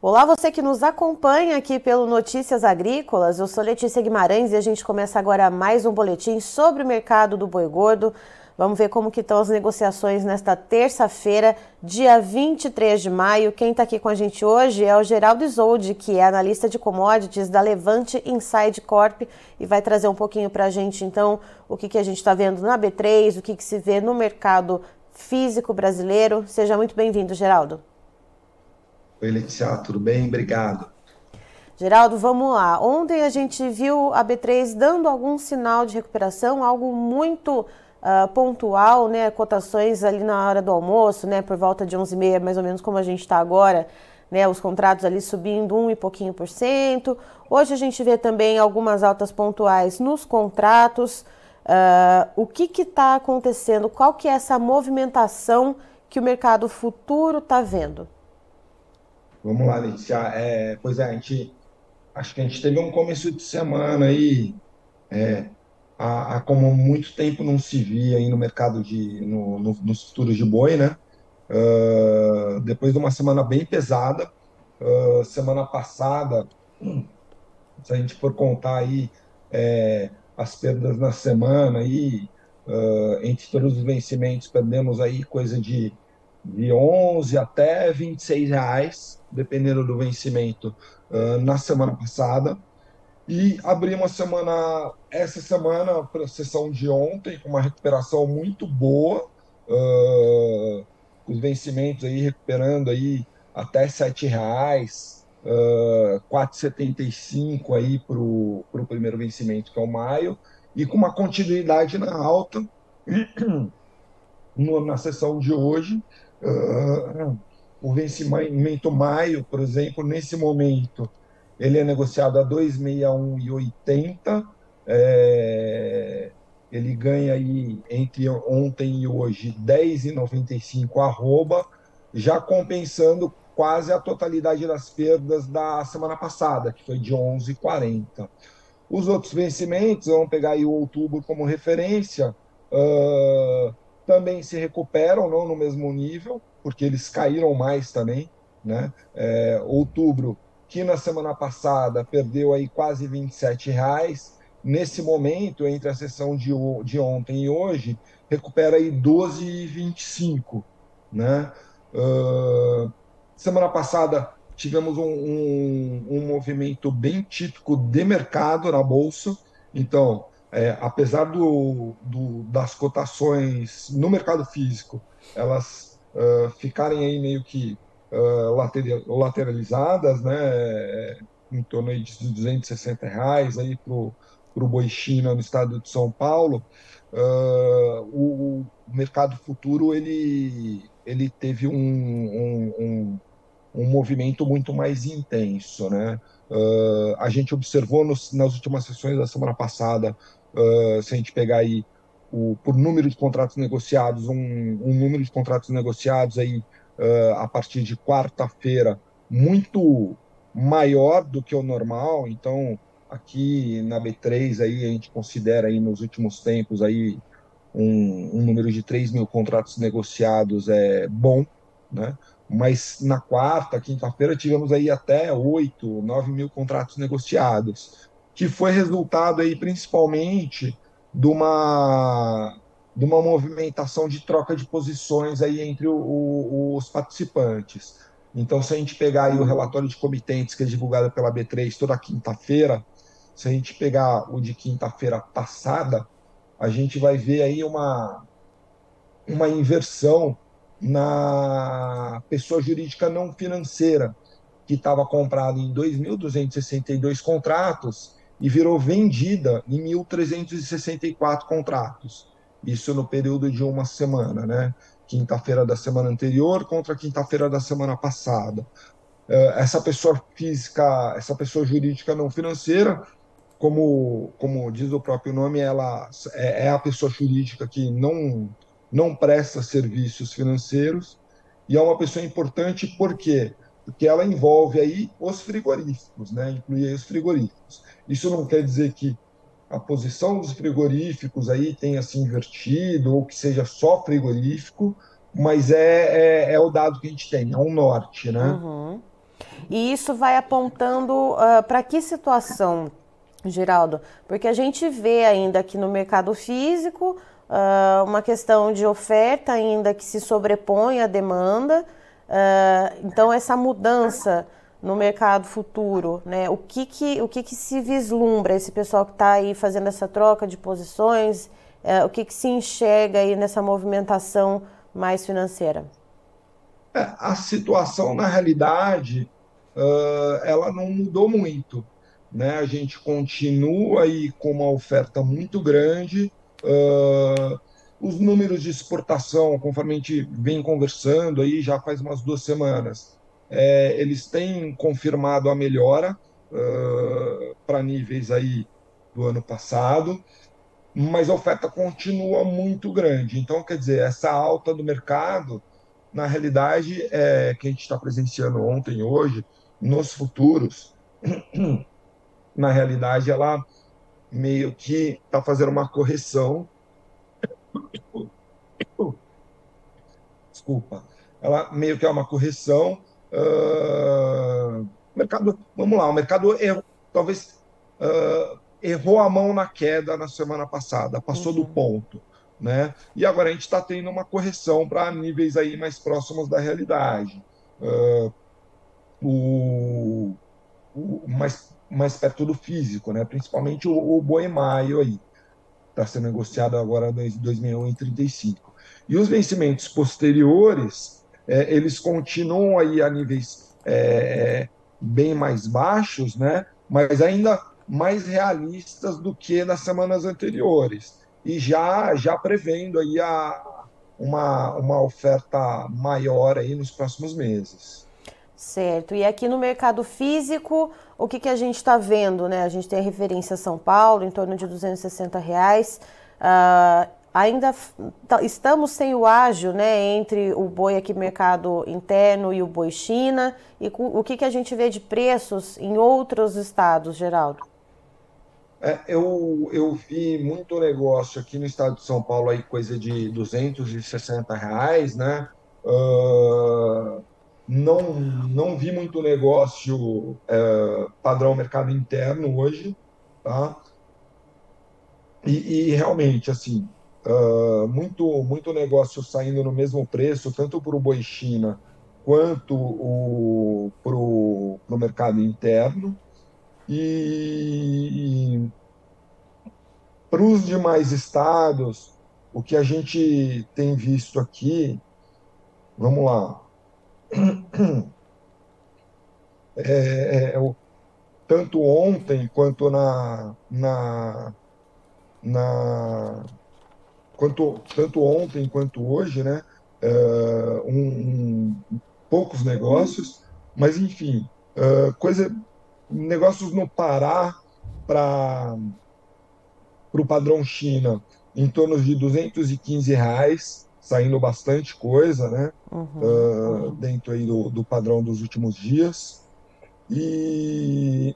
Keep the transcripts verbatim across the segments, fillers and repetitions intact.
Olá, você que nos acompanha aqui pelo Notícias Agrícolas. Eu sou Letícia Guimarães e a gente começa agora mais um boletim sobre o mercado do boi gordo. Vamos ver como que estão as negociações nesta terça-feira, dia vinte e três de maio. Quem está aqui com a gente hoje é o Geraldo Isolde, que é analista de commodities da Levante Inside Corp e vai trazer um pouquinho para a gente, então, o que, que a gente está vendo na B três, o que, que se vê no mercado físico brasileiro. Seja muito bem-vindo, Geraldo. Oi, Letícia, tudo bem? Obrigado. Geraldo, vamos lá. Ontem a gente viu a B três dando algum sinal de recuperação, algo muito uh, pontual, né? Cotações ali na hora do almoço, né? Por volta de onze e meia, mais ou menos como a gente está agora, né? Os contratos ali subindo um e pouquinho por cento. Hoje a gente vê também algumas altas pontuais nos contratos. Uh, o que está acontecendo? Qual que é essa movimentação que o mercado futuro está vendo? Vamos lá, Letícia. É, pois é, a gente, acho que a gente teve um começo de semana aí, é, há, há como muito tempo não se via aí no mercado de, no, no- nos futuros de boi, né? Ah, depois de uma semana bem pesada, ah, semana passada, se a gente for contar aí é, as perdas na semana aí, ah, entre todos os vencimentos, perdemos aí coisa de, de onze até vinte e seis reais, dependendo do vencimento, ah, na semana passada. E abrimos a semana, essa semana, para a sessão de ontem, com uma recuperação muito boa, ah, os vencimentos aí recuperando aí até sete reais, uh, quatro e setenta e cinco aí para o primeiro vencimento, que é o maio, e com uma continuidade na alta no, na sessão de hoje. Uh, o vencimento maio, por exemplo, nesse momento, ele é negociado a dois vírgula sessenta e um e oitenta. É, ele ganha aí entre ontem e hoje dez e noventa e cinco arroba, já compensando quase a totalidade das perdas da semana passada, que foi de onze e quarenta. Os outros vencimentos, vamos pegar aí o outubro como referência, uh, também se recuperam, não no mesmo nível, porque eles caíram mais também, né? É, outubro, que na semana passada perdeu aí quase vinte e sete reais, nesse momento, entre a sessão de, de ontem e hoje, recupera aí doze e vinte e cinco, né? Uh, semana passada tivemos um, um, um movimento bem típico de mercado na Bolsa. Então, é, apesar do, do, das cotações no mercado físico, elas uh, ficarem aí meio que uh, lateralizadas, né, em torno aí de duzentos e sessenta reais aí para o boi China no estado de São Paulo, uh, o, o mercado futuro ele, ele teve um, um, um um movimento muito mais intenso, né? Uh, a gente observou nos, nas últimas sessões da semana passada, uh, se a gente pegar aí o, por número de contratos negociados, um, um número de contratos negociados aí uh, a partir de quarta-feira muito maior do que o normal. Então, aqui na B três aí a gente considera aí nos últimos tempos aí um, um número de três mil contratos negociados é bom, né? Mas na quarta, quinta-feira, tivemos aí até oito, nove mil contratos negociados, que foi resultado aí principalmente de uma, de uma movimentação de troca de posições aí entre o, o, os participantes. Então, se a gente pegar aí o relatório de comitentes que é divulgado pela B três toda quinta-feira, se a gente pegar o de quinta-feira passada, a gente vai ver aí uma, uma inversão na pessoa jurídica não financeira, que estava comprada em dois mil duzentos e sessenta e dois contratos e virou vendida em mil trezentos e sessenta e quatro contratos. Isso no período de uma semana, né? Quinta-feira da semana anterior contra quinta-feira da semana passada. Essa pessoa física, essa pessoa jurídica não financeira, como, como diz o próprio nome, ela é, é a pessoa jurídica que não, não presta serviços financeiros e é uma pessoa importante por quê? Porque ela envolve aí os frigoríficos, né? Inclui aí os frigoríficos. Isso não quer dizer que a posição dos frigoríficos aí tenha se invertido ou que seja só frigorífico, mas é, é, é o dado que a gente tem, é um norte, né? Uhum. E isso vai apontando uh, para que situação, Geraldo? Porque a gente vê ainda aqui no mercado físico uh, uma questão de oferta ainda que se sobrepõe à demanda. Uh, então, essa mudança no mercado futuro, né? O que que, o que que se vislumbra esse pessoal que está aí fazendo essa troca de posições? Uh, o que que se enxerga aí nessa movimentação mais financeira? É, a situação, na realidade, uh, ela não mudou muito, né? A gente continua aí com uma oferta muito grande. Uh, os números de exportação, conforme a gente vem conversando aí já faz umas duas semanas, é, eles têm confirmado a melhora uh, para níveis aí do ano passado, mas a oferta continua muito grande. Então, quer dizer, essa alta do mercado na realidade, é, que a gente está presenciando ontem e hoje, nos futuros, na realidade, ela meio que está fazendo uma correção. Desculpa. Ela meio que é uma correção. Uh, mercado, vamos lá, o mercado errou, talvez uh, errou a mão na queda na semana passada, passou do Uhum. ponto. Né? E agora a gente está tendo uma correção para níveis aí mais próximos da realidade. Uh, o, o, mais, mais perto do físico, né? Principalmente o, o boi maio aí, está sendo negociado agora em dois mil e um e trinta e cinco. E os vencimentos posteriores, é, eles continuam aí a níveis é, bem mais baixos, né? Mas ainda mais realistas do que nas semanas anteriores. E já, já prevendo aí a, uma, uma oferta maior aí nos próximos meses. Certo. E aqui no mercado físico, o que, que a gente está vendo, né? A gente tem a referência São Paulo, em torno de duzentos e sessenta reais. Uh, ainda estamos sem o ágio, né, entre o boi aqui mercado interno e o boi China. E o que, que a gente vê de preços em outros estados, Geraldo? É, eu, eu vi muito negócio aqui no estado de São Paulo, aí, coisa de duzentos e sessenta reais, né? Ah, não, não vi muito negócio é, padrão mercado interno hoje, tá? E, e realmente, assim, ah, muito, muito negócio saindo no mesmo preço, tanto para o boi China quanto para o mercado interno. E para os demais estados, o que a gente tem visto aqui, vamos lá, é, é, o- tanto ontem quanto na, na, na quanto tanto ontem quanto hoje, né? é, um, um- poucos negócios, mas enfim, é, coisa, negócios no Pará para para o padrão China em torno de duzentos e quinze reais, saindo bastante coisa, né? Uhum. Uh, dentro aí do, do padrão dos últimos dias. E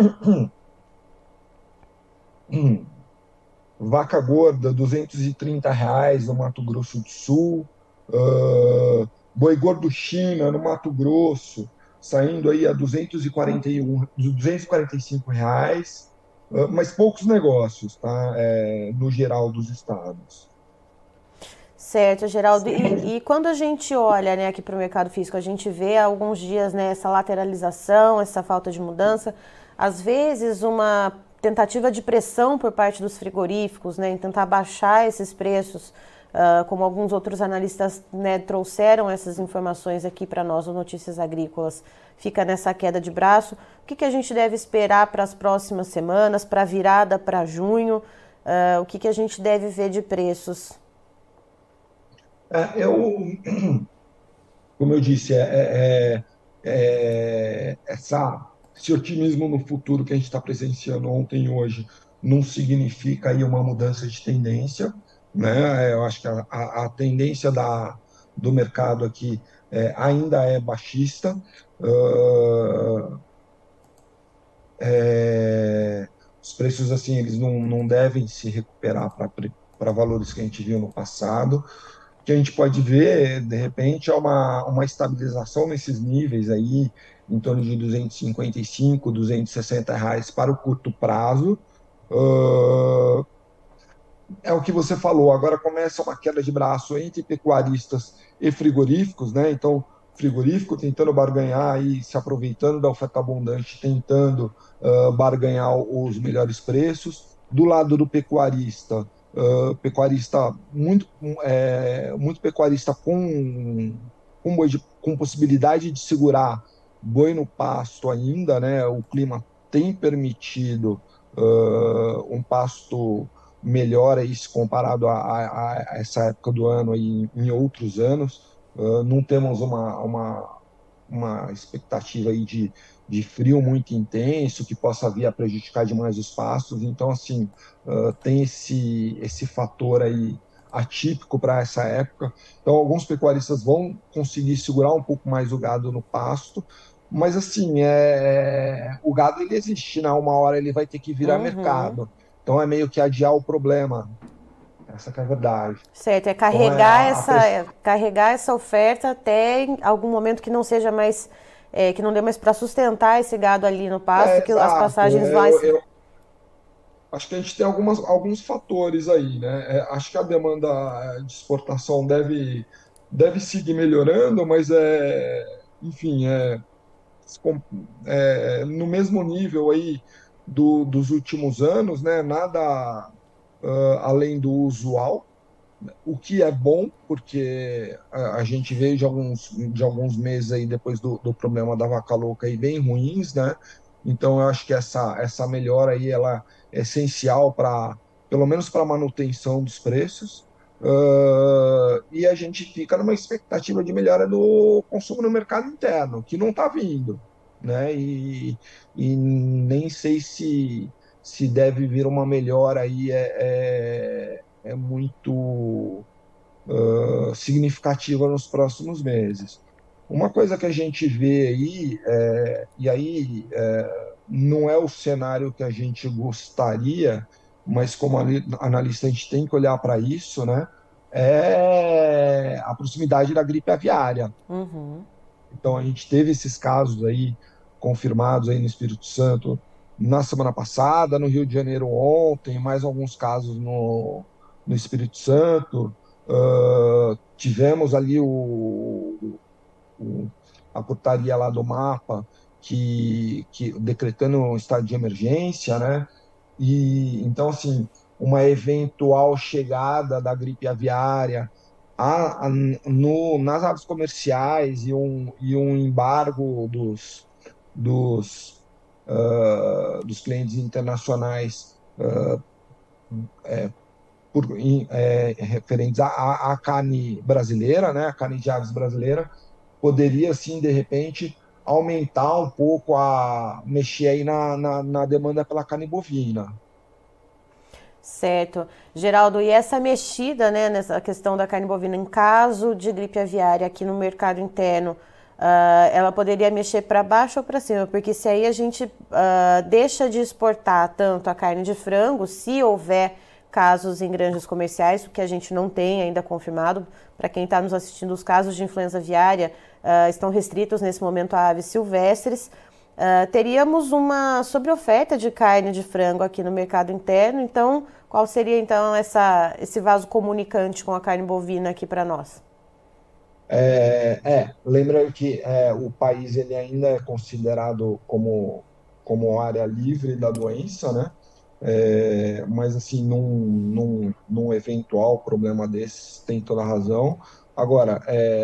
vaca gorda, duzentos e trinta reais no Mato Grosso do Sul. Uh, boi gordo China no Mato Grosso, saindo aí a duzentos e quarenta e um, duzentos e quarenta e cinco reais. Uh, mas poucos negócios, tá? É, no geral dos estados. Certo, Geraldo. E, e quando a gente olha, né, aqui para o mercado físico, a gente vê há alguns dias, né, essa lateralização, essa falta de mudança, às vezes uma tentativa de pressão por parte dos frigoríficos, né, em tentar baixar esses preços, uh, como alguns outros analistas, né, trouxeram essas informações aqui para nós, o Notícias Agrícolas, fica nessa queda de braço. O que, que a gente deve esperar para as próximas semanas, para a virada para junho? Uh, o que, que a gente deve ver de preços? É, eu, como eu disse, é, é, é, é, essa, esse otimismo no futuro que a gente está presenciando ontem e hoje não significa aí uma mudança de tendência, né? Eu acho que a, a, a tendência da, do mercado aqui é, ainda é baixista. Uh, é, os preços assim eles não, não devem se recuperar para valores que a gente viu no passado. Que a gente pode ver, de repente, é uma, uma estabilização nesses níveis aí em torno de duzentos e cinquenta e cinco, duzentos e sessenta reais para o curto prazo. Uh, é o que você falou, agora começa uma queda de braço entre pecuaristas e frigoríficos, né? Então, frigorífico tentando barganhar e se aproveitando da oferta abundante, tentando uh, barganhar os melhores preços. Do lado do pecuarista, uh, pecuarista muito, é, muito pecuarista com, com, boi de, com possibilidade de segurar boi no pasto ainda, né? O clima tem permitido uh, um pasto melhor aí se comparado a, a, a essa época do ano aí em outros anos. Uh, não temos uma, uma, uma expectativa aí de, de frio muito intenso que possa vir a prejudicar demais os pastos. Então, assim, uh, tem esse, esse fator aí atípico para essa época. Então, alguns pecuaristas vão conseguir segurar um pouco mais o gado no pasto, mas assim, é, o gado ele existe, né? Uma hora ele vai ter que virar Uhum. mercado. Então é meio que adiar o problema. Essa que é a verdade. Certo, é Então é carregar a, a essa, pers- é carregar essa oferta até em algum momento que não seja mais, é, que não dê mais para sustentar esse gado ali no pasto, é que as exato. passagens É, vão. eu, eu acho que a gente tem algumas, alguns fatores aí, né? É, acho que a demanda de exportação deve, deve seguir melhorando, mas é, enfim, é, se com- é no mesmo nível aí do, dos últimos anos, né? Nada ah, além do usual. O que é bom, porque a, a gente veio de alguns, de alguns meses aí depois do, do problema da vaca louca aí bem ruins, né? Então eu acho que essa, essa melhora aí ela é essencial para, pelo menos para a manutenção dos preços. Uh, e a gente fica numa expectativa de melhora do consumo no mercado interno, que não está vindo, né? E, e nem sei se, se deve vir uma melhora aí é, é é muito uh, significativa nos próximos meses. Uma coisa que a gente vê aí, é, e aí é, não é o cenário que a gente gostaria, mas como analista a gente tem que olhar para isso, né? É a proximidade da gripe aviária. Uhum. Então a gente teve esses casos aí confirmados aí no Espírito Santo na semana passada, no Rio de Janeiro ontem, mais alguns casos no, no Espírito Santo. Uh, tivemos ali o, o, a portaria lá do mapa que, que decretando um estado de emergência, né? E então assim, uma eventual chegada da gripe aviária a, a, no, nas aves comerciais e um, e um embargo dos, dos, uh, dos clientes internacionais uh, é, por, em, é, referentes à, à carne brasileira, né, a carne de aves brasileira, poderia, assim, de repente, aumentar um pouco, a mexer aí na, na, na demanda pela carne bovina. Certo. Geraldo, e essa mexida, né, nessa questão da carne bovina, em caso de gripe aviária aqui no mercado interno, uh, ela poderia mexer para baixo ou para cima? Porque se aí a gente uh, deixa de exportar tanto a carne de frango, se houver casos em granjas comerciais, o que a gente não tem ainda confirmado, para quem está nos assistindo, os casos de influenza aviária uh, estão restritos nesse momento a aves silvestres. Uh, teríamos uma sobreoferta de carne de frango aqui no mercado interno, então qual seria então essa, esse vaso comunicante com a carne bovina aqui para nós? É, é, lembra que é, o país ele ainda é considerado como, como área livre da doença, né? É, mas assim, num, num, num eventual problema desses, tem toda a razão. Agora,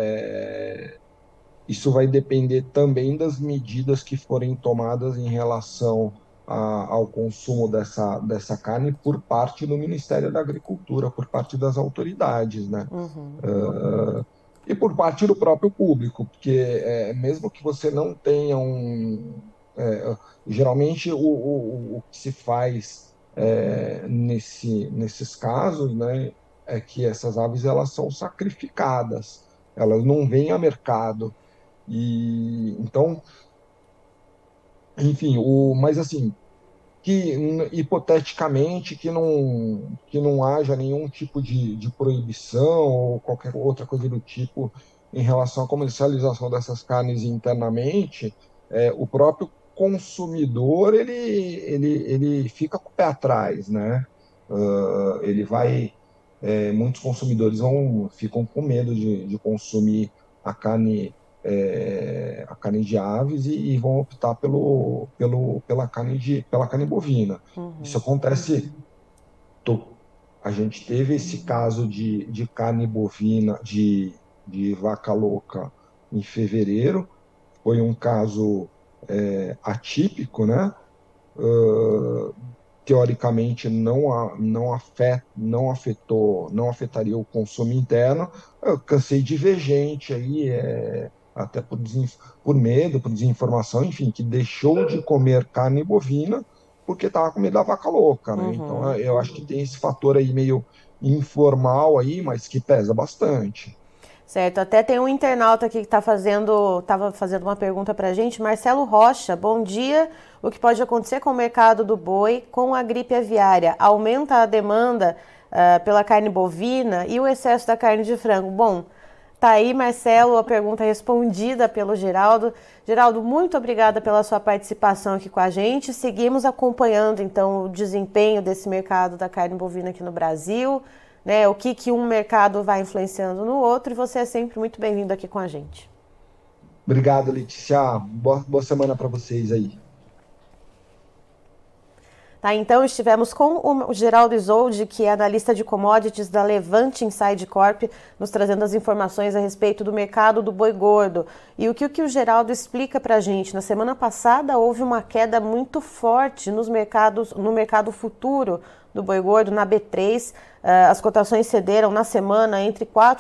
é, isso vai depender também das medidas que forem tomadas em relação a- ao consumo dessa, dessa carne por parte do Ministério da Agricultura, por parte das autoridades, né? Uhum. Ah, e por parte do próprio público, porque é, mesmo que você não tenha um. É, geralmente, o, o, o que se faz é, nesse, nesses casos, né, é que essas aves elas são sacrificadas, elas não vêm a mercado. E então, enfim, o, mas assim, que n- hipoteticamente que não que não haja nenhum tipo de, de proibição ou qualquer outra coisa do tipo em relação à comercialização dessas carnes internamente, é, o próprio consumidor ele, ele, ele fica com o pé atrás, né? Uh, ele vai, é, muitos consumidores vão, ficam com medo de, de consumir a carne, é, a carne de aves e, e vão optar pelo, pelo, pela carne de, pela carne bovina. Isso Uhum. acontece. to- a gente teve esse caso de, de carne bovina, de, de vaca louca em fevereiro. Foi um caso é, atípico, né? Uh, teoricamente não, a, não, afet, não afetou, não afetaria o consumo interno. Eu cansei de ver gente aí, é, até por, desinf- por medo, por desinformação, enfim, que deixou de comer carne bovina porque estava com medo da vaca louca, né? Então Uhum. eu acho que tem esse fator aí meio informal aí, mas que pesa bastante. Certo, até tem um internauta aqui que está fazendo, estava fazendo uma pergunta para a gente, Marcelo Rocha, bom dia. O que pode acontecer com o mercado do boi com a gripe aviária? Aumenta a demanda uh, pela carne bovina e o excesso da carne de frango? Bom, tá aí, Marcelo, a pergunta respondida pelo Geraldo. Geraldo, muito obrigada pela sua participação aqui com a gente. Seguimos acompanhando, então, o desempenho desse mercado da carne bovina aqui no Brasil, né, o que, que um mercado vai influenciando no outro, e você é sempre muito bem-vindo aqui com a gente. Obrigado, Letícia. Boa, boa semana para vocês aí. Tá, então estivemos com o Geraldo Isolde, que é analista de commodities da Levante Inside Corp, nos trazendo as informações a respeito do mercado do boi gordo. E o que o, que o Geraldo explica para a gente? Na semana passada houve uma queda muito forte nos mercados, no mercado futuro do boi gordo, na B três. Uh, as cotações cederam na semana entre quatro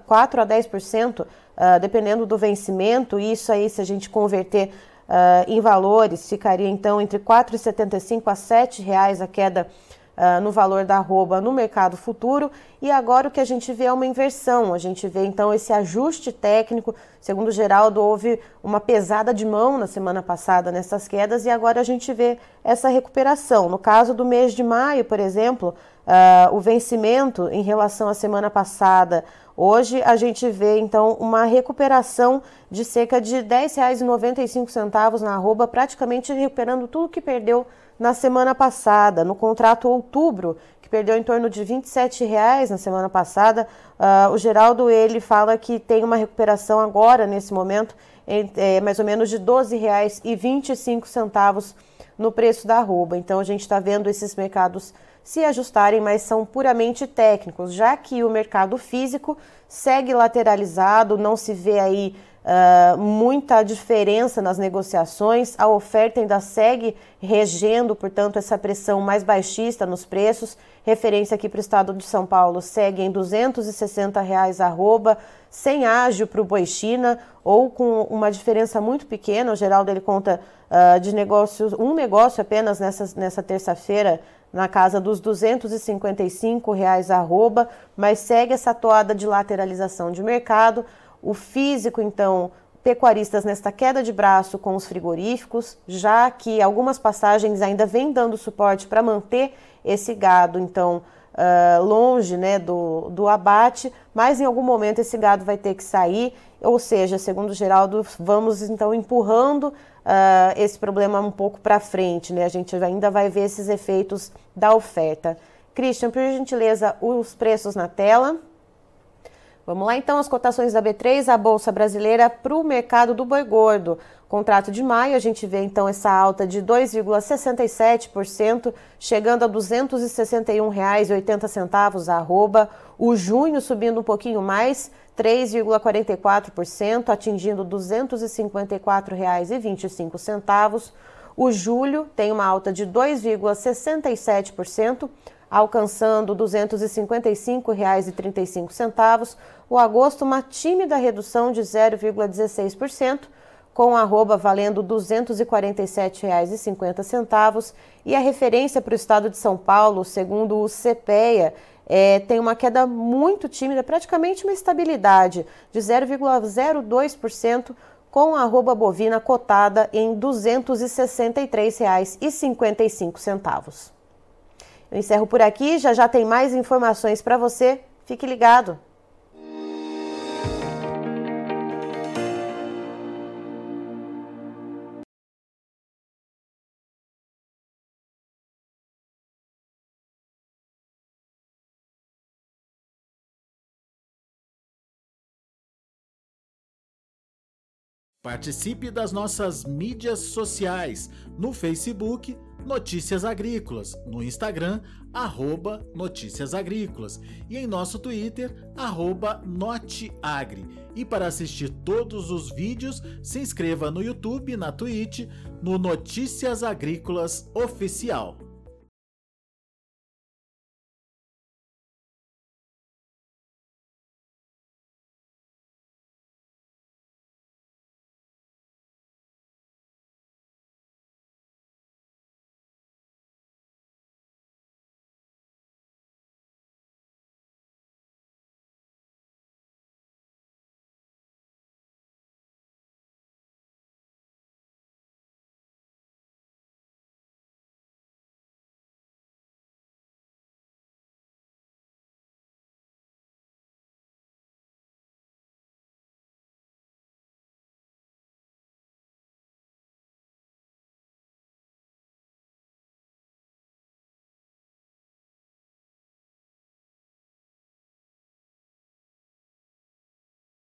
a dez por cento, uh, dependendo do vencimento. E isso aí, se a gente converter Uh, em valores, ficaria então entre quatro reais e setenta e cinco centavos a sete reais a queda uh, no valor da arroba no mercado futuro. E agora o que a gente vê é uma inversão, a gente vê então esse ajuste técnico. Segundo o Geraldo, houve uma pesada de mão na semana passada nessas quedas e agora a gente vê essa recuperação. No caso do mês de maio, por exemplo, uh, o vencimento em relação à semana passada, hoje a gente vê então uma recuperação de cerca de dez reais e noventa e cinco centavos na arroba, praticamente recuperando tudo que perdeu na semana passada. No contrato outubro, que perdeu em torno de vinte e sete reais na semana passada, uh, o Geraldo ele fala que tem uma recuperação agora, nesse momento, em, é, mais ou menos de doze reais e vinte e cinco centavos no preço da arroba. Então a gente está vendo esses mercados se ajustarem, mas são puramente técnicos, já que o mercado físico segue lateralizado, não se vê aí uh, muita diferença nas negociações, a oferta ainda segue regendo, portanto, essa pressão mais baixista nos preços. Referência aqui para o estado de São Paulo segue em duzentos e sessenta reais a arroba, sem ágio para o boi China, ou com uma diferença muito pequena. O Geraldo ele conta uh, de negócios, um negócio apenas nessa, nessa terça-feira, na casa dos duzentos e cinquenta e cinco reais a arroba, mas segue essa toada de lateralização de mercado. O físico, então, pecuaristas nesta queda de braço com os frigoríficos, já que algumas passagens ainda vêm dando suporte para manter esse gado, então, uh, longe, né, do, do abate, mas em algum momento esse gado vai ter que sair, ou seja, segundo o Geraldo, vamos então empurrando Uh, esse problema um pouco para frente, né? A gente ainda vai ver esses efeitos da oferta. Christian, por gentileza, os preços na tela. Vamos lá então, as cotações da B três, a Bolsa Brasileira para o mercado do boi gordo. Contrato de maio, a gente vê então essa alta de dois vírgula sessenta e sete por cento, chegando a duzentos e sessenta e um reais e oitenta centavos a arroba. O junho subindo um pouquinho mais, três vírgula quarenta e quatro por cento, atingindo duzentos e cinquenta e quatro reais e vinte e cinco centavos. O julho tem uma alta de dois vírgula sessenta e sete por cento, alcançando duzentos e cinquenta e cinco reais e trinta e cinco centavos. O agosto, uma tímida redução de zero vírgula dezesseis por cento, com a arroba valendo duzentos e quarenta e sete reais e cinquenta centavos. E a referência para o estado de São Paulo, segundo o CEPEA, é, tem uma queda muito tímida, praticamente uma estabilidade de zero vírgula zero dois por cento, com a arroba bovina cotada em duzentos e sessenta e três reais e cinquenta e cinco centavos. Eu encerro por aqui, já já tem mais informações para você. Fique ligado! Participe das nossas mídias sociais, no Facebook, Notícias Agrícolas, no Instagram, arroba Notícias Agrícolas e em nosso Twitter, arroba Noteagri. E para assistir todos os vídeos, se inscreva no YouTube, na Twitch, no Notícias Agrícolas Oficial.